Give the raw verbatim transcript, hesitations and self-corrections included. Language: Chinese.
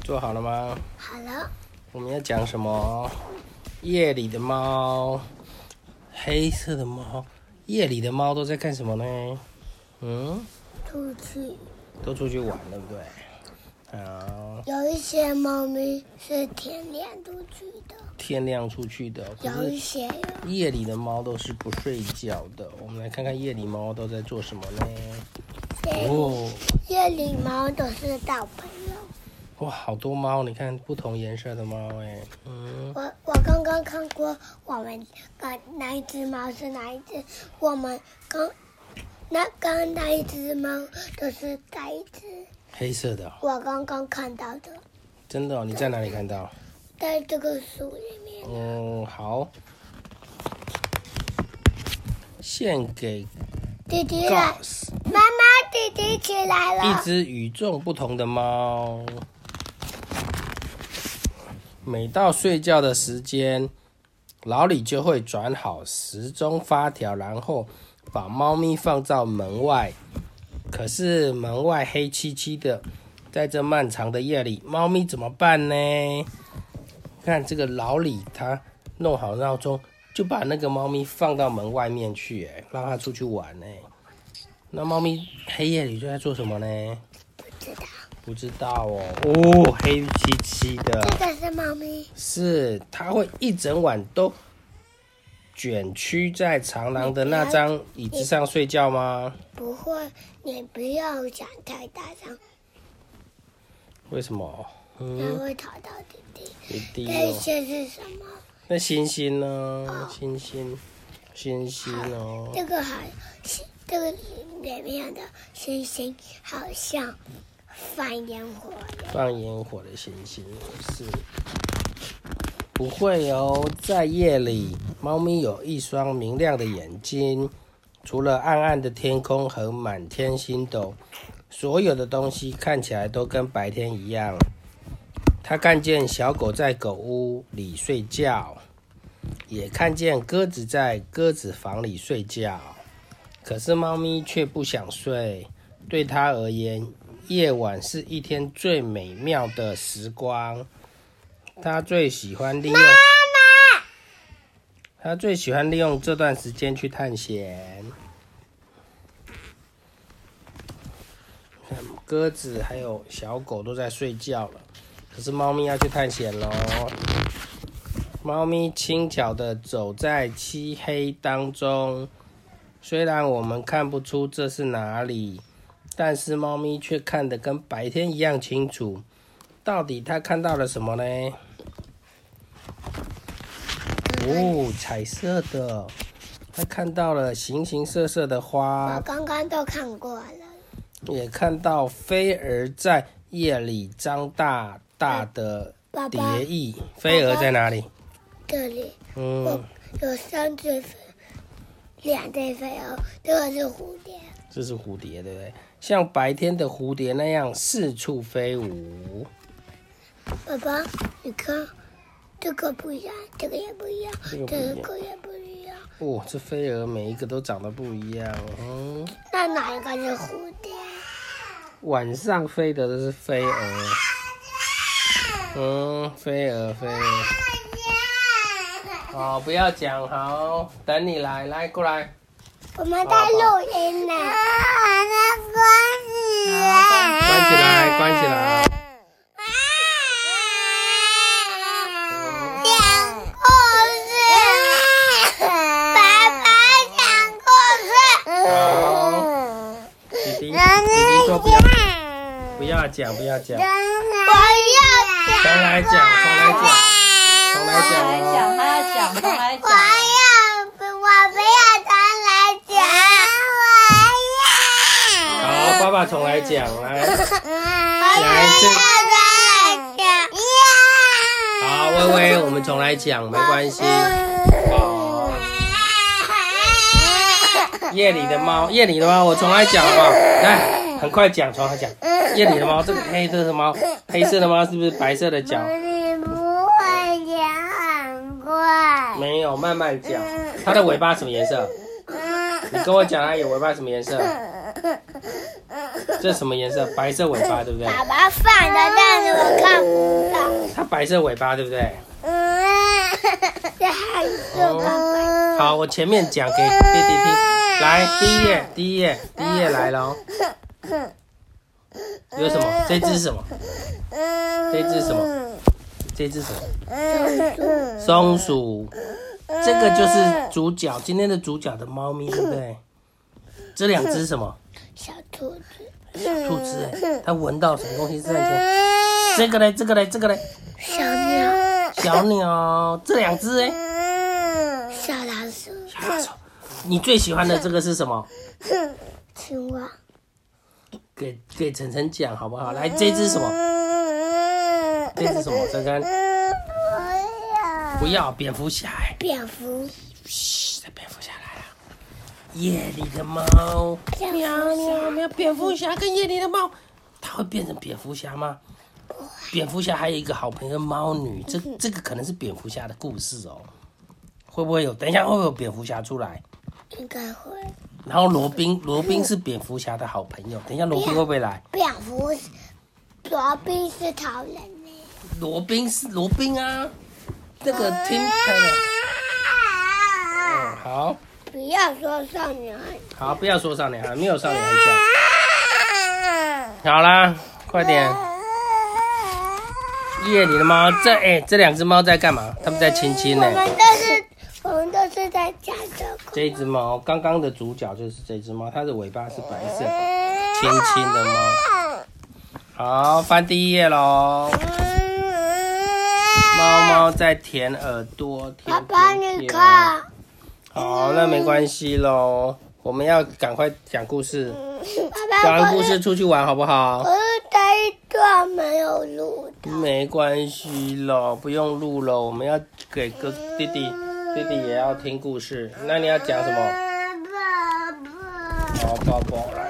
做好了吗？ 好了。 我们要讲什么？夜里的猫，黑色的猫。夜里的猫都在干什么呢？嗯， 出去。 都出去玩，对不对？好。 有一些猫咪是天亮出去的。 天亮出去的。 有一些。 夜里的猫都是不睡觉的。我们来看看夜里猫都在做什么呢？哦， 夜里猫都是大朋友。 哇，好多猫！你看不同颜色的猫哎。 嗯。我我刚刚看过，我们刚那一只猫是哪一只？我们刚那刚那一只猫都是哪一只？ 黑色的。 我刚刚看到的。 真的哦？你在哪里看到？ 在这个树里面。 嗯，好。献给弟弟来，妈妈，弟弟起来了。 一只与众不同的猫。每到睡觉的时间，老李就会转好时钟发条，然后把猫咪放到门外。可是门外黑漆漆的，在这漫长的夜里，猫咪怎么办呢？看这个老李，他弄好闹钟，就把那个猫咪放到门外面去，哎，让它出去玩，哎。那猫咪黑夜里就在做什么呢？ 不知道。 不知道哦。哦，黑漆漆的。 这个是猫咪。 是，它会一整晚都卷曲在长廊的那张椅子上睡觉吗？ 不会，你不要讲太大声。 为什么？ 嗯，它会吵到弟弟。 弟弟、哦。 这些是什么？ 那星星呢？哦、星星，星星哦。 这个好，这个里面的星星好像放烟火的。 放烟火的星星是。不会哦，在夜里，猫咪有一双明亮的眼睛，除了暗暗的天空和满天星斗，所有的东西看起来都跟白天一样。它看见小狗在狗屋里睡觉，也看见鸽子在鸽子房里睡觉。可是猫咪却不想睡，对它而言，夜晚是一天最美妙的时光。它最喜欢利用，妈妈，它最喜欢利用这段时间去探险。鸽子还有小狗都在睡觉了，可是猫咪要去探险咯。猫咪轻巧地走在漆黑当中，虽然我们看不出这是哪里，但是猫咪却看得跟白天一样清楚。到底它看到了什么呢？哦，彩色的，它看到了形形色色的花。 我刚刚都看过了。 也看到飞蛾在夜里张大大的蝶翼。飞蛾在哪里？ 这里。 嗯。 有三只飞，两只飞蛾，这个是蝴蝶。 这是蝴蝶，对不对？像白天的蝴蝶那样四处飞舞。 爸爸，你看，这个不一样，这个也不一样，这个, 这个也不一样。 哦，这飞蛾每一个都长得不一样。嗯。 那哪一个是蝴蝶？ 晚上飞的都是飞蛾。嗯，飞蛾，飞蛾。哦，不要讲，好，等你来，来过来。 我们在录音呢。那关起来。关起来，关起来。不要讲，不要讲。我要讲。 重来讲，重来讲，重来讲。 重来讲，他要讲，重来讲。 我要，我不要重来讲，我要。好，爸爸重来讲，来。 来，这。 好，微微，我们重来讲，没关系。好。夜里的猫，夜里的猫，我重来讲好不好？来。很快讲，重来讲。夜里的猫，这个黑色的猫，黑色的猫是不是白色的脚？ 你不会讲很快。 没有，慢慢讲。它的尾巴什么颜色？你跟我讲，它有尾巴什么颜色？ 这什么颜色？白色尾巴，对不对？ 爸爸放的，但是我看不到。 它白色尾巴，对不对？ 这还是个好，我前面讲给弟弟听。来，第一页，第一页，第一页来了。有什么？这只是什么？这只是什么？这只是什么？松鼠。这个就是主角，今天的主角的猫咪，对不对？这两只是什么？ 小兔子。 小兔子哎，它闻到什么东西在前？这个嘞，这个嘞，这个嘞。 小鸟。 小鸟，这两只哎。 小老鼠。 小老鼠。你最喜欢的这个是什么？ 青蛙。 给给晨晨讲好不好？来，这只什么？这只什么？这根。不要蝙蝠侠哎。 蝙蝠。 嘘，这蝙蝠侠来了。夜里的猫。喵喵喵！蝙蝠侠跟夜里的猫，它会变成蝙蝠侠吗？蝙蝠侠还有一个好朋友猫女，这这个可能是蝙蝠侠的故事哦。会不会有？等一下会不会有蝙蝠侠出来？ 应该会。 然后罗宾，罗宾是蝙蝠侠的好朋友。等一下罗宾会不会来？ 蝙蝠，罗宾是讨人呢。 罗宾是罗宾啊，那个听拍的。嗯，好。 不要说少女孩。 好，不要说少女孩，没有少女孩讲。好啦，快点。夜里的猫，这哎、欸，这两只猫在干嘛？它们在亲亲呢。 我们都是，我们都是在讲这个。 这一只猫，刚刚的主角就是这只猫，它的尾巴是白色，亲亲的猫。好，翻第一页喽。猫猫在舔耳朵，舔爸爸，你看。 好，那没关系喽。我们要赶快讲故事。 爸爸， 讲完故事出去玩好不好？ 可是这一段没有录的。 没关系咯，不用录了。我们要给哥弟弟，弟弟也要听故事。那你要讲什么？ 爸爸。 好，宝宝来。